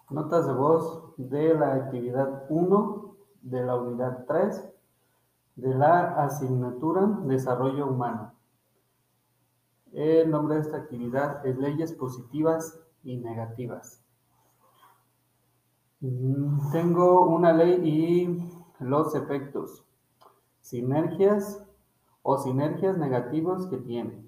Notas de voz de la actividad 1 de la unidad 3 de la asignatura Desarrollo Humano. El nombre de esta actividad es Leyes Positivas y Negativas. Tengo una ley y los efectos, sinergias o sinergias negativos que tiene.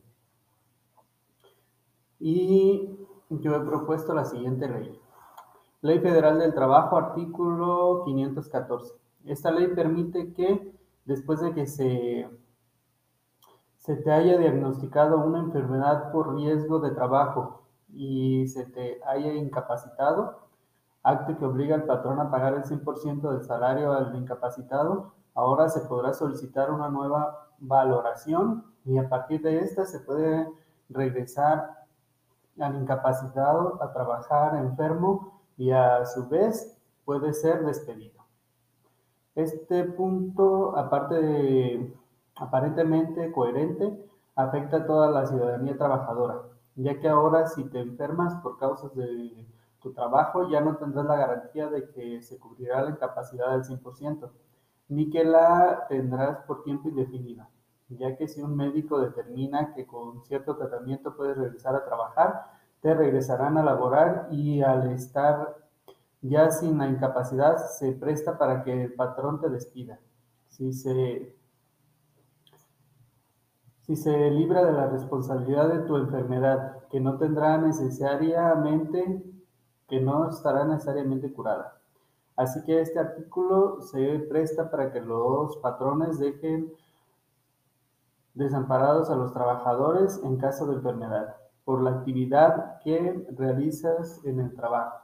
Y yo he propuesto la siguiente ley. Ley Federal del Trabajo, artículo 514. Esta ley permite que después de que se te haya diagnosticado una enfermedad por riesgo de trabajo y se te haya incapacitado, acto que obliga al patrón a pagar el 100% del salario al incapacitado, ahora se podrá solicitar una nueva valoración y a partir de esta se puede regresar al incapacitado a trabajar enfermo y a su vez puede ser despedido. Este punto, aparte de aparentemente coherente, afecta a toda la ciudadanía trabajadora, ya que ahora si te enfermas por causas de tu trabajo ya no tendrás la garantía de que se cubrirá la incapacidad del 100%, ni que la tendrás por tiempo indefinido, ya que si un médico determina que con cierto tratamiento puedes regresar a trabajar, te regresarán a laborar y al estar ya sin la incapacidad se presta para que el patrón te despida. Si se, si se libra de la responsabilidad de tu enfermedad, que no tendrá necesariamente, que no estará necesariamente curada. Así que este artículo se presta para que los patrones dejen desamparados a los trabajadores en caso de enfermedad, por la actividad que realizas en el trabajo.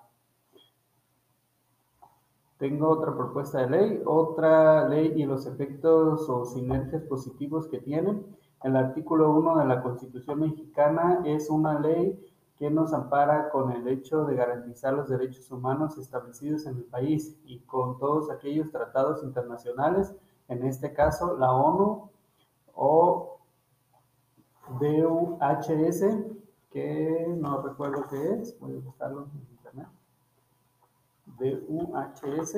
Tengo otra propuesta de ley, otra ley y los efectos o sinergias positivos que tiene. El artículo 1 de la Constitución mexicana es una ley que nos ampara con el hecho de garantizar los derechos humanos establecidos en el país y con todos aquellos tratados internacionales, en este caso la ONU o DUHS, que no recuerdo qué es, voy a buscarlo en internet, DUHS,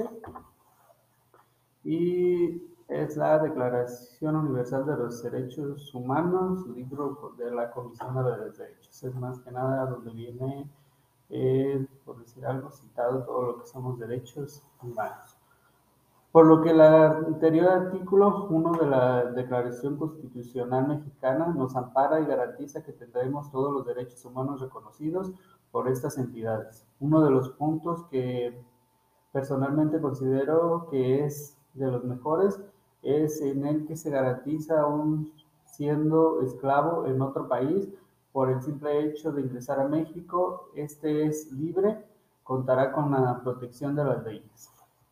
y es la Declaración Universal de los Derechos Humanos, libro de la Comisión de los Derechos. Es más que nada donde viene, por decir algo, citado todo lo que son los derechos humanos. Por lo que el anterior artículo 1 de la Declaración Constitucional Mexicana nos ampara y garantiza que tendremos todos los derechos humanos reconocidos por estas entidades. Uno de los puntos que personalmente considero que es de los mejores es en el que se garantiza aún siendo esclavo en otro país por el simple hecho de ingresar a México, este es libre, contará con la protección de las leyes.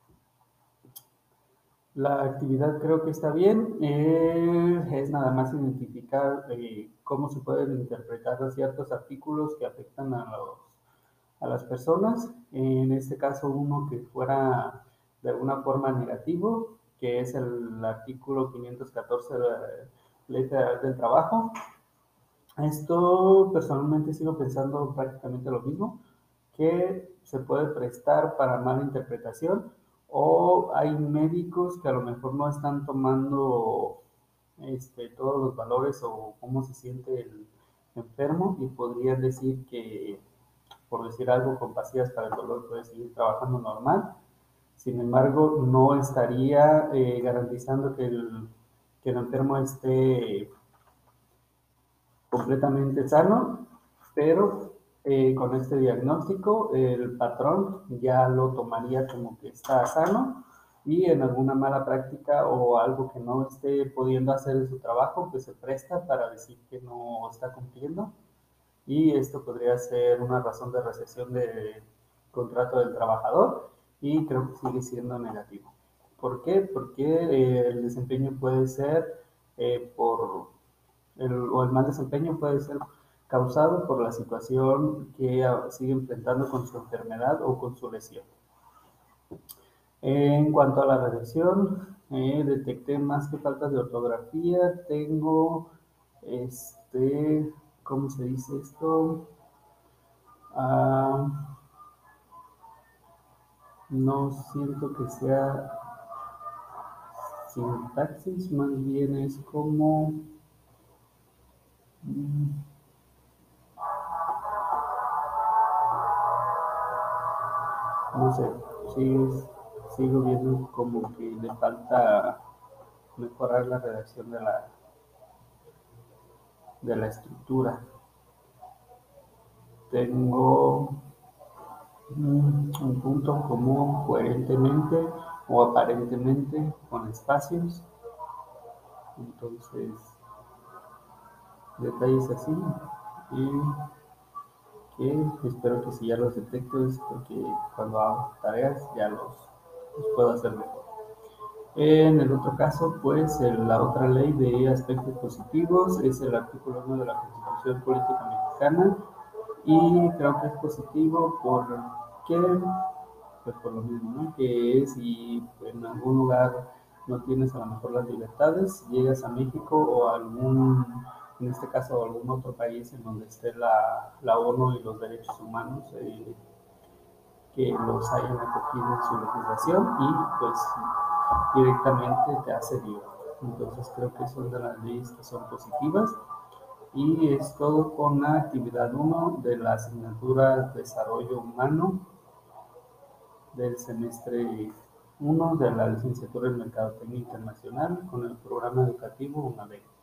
La actividad creo que está bien, es nada más identificar cómo se pueden interpretar ciertos artículos que afectan a las personas, en este caso uno que fuera de alguna forma negativo, que es el artículo 514 de la Ley Federal del Trabajo. Esto personalmente sigo pensando prácticamente lo mismo, que se puede prestar para mala interpretación o hay médicos que a lo mejor no están tomando todos los valores o cómo se siente el enfermo y podrían decir que, por decir algo, con pastillas para el dolor puede seguir trabajando normal. Sin embargo, no estaría garantizando que el enfermo esté completamente sano, pero con este diagnóstico el patrón ya lo tomaría como que está sano y en alguna mala práctica o algo que no esté pudiendo hacer en su trabajo, pues se presta para decir que no está cumpliendo y esto podría ser una razón de recesión del contrato del trabajador y creo que sigue siendo negativo. ¿Por qué? Porque el desempeño puede ser o el mal desempeño puede ser causado por la situación que sigue enfrentando con su enfermedad o con su lesión. En cuanto a la redacción, detecté más que faltas de ortografía. Tengo, ¿cómo se dice esto? Ah, No siento que sea sintaxis, más bien es como, mm, no sé, sí, sigo viendo como que le falta mejorar la redacción de la estructura. Tengo un punto como coherentemente o aparentemente con espacios. Entonces, detalles así. Y que espero que si ya los detecto es porque cuando hago tareas ya los puedo hacer mejor. En el otro caso, pues la otra ley de aspectos positivos es el artículo 1 de la Constitución Política Mexicana y creo que es positivo porque, pues por lo mismo, ¿no? Que si en algún lugar no tienes a lo mejor las libertades, llegas a México o a algún, en este caso, a algún otro país en donde esté la ONU y los derechos humanos, que los hayan acogido en su legislación y pues directamente te hace libre. Entonces creo que son de las leyes que son positivas y es todo con la actividad 1 de la asignatura Desarrollo Humano del semestre 1 de la licenciatura en Mercadotecnia Internacional con el programa educativo UNAVEC.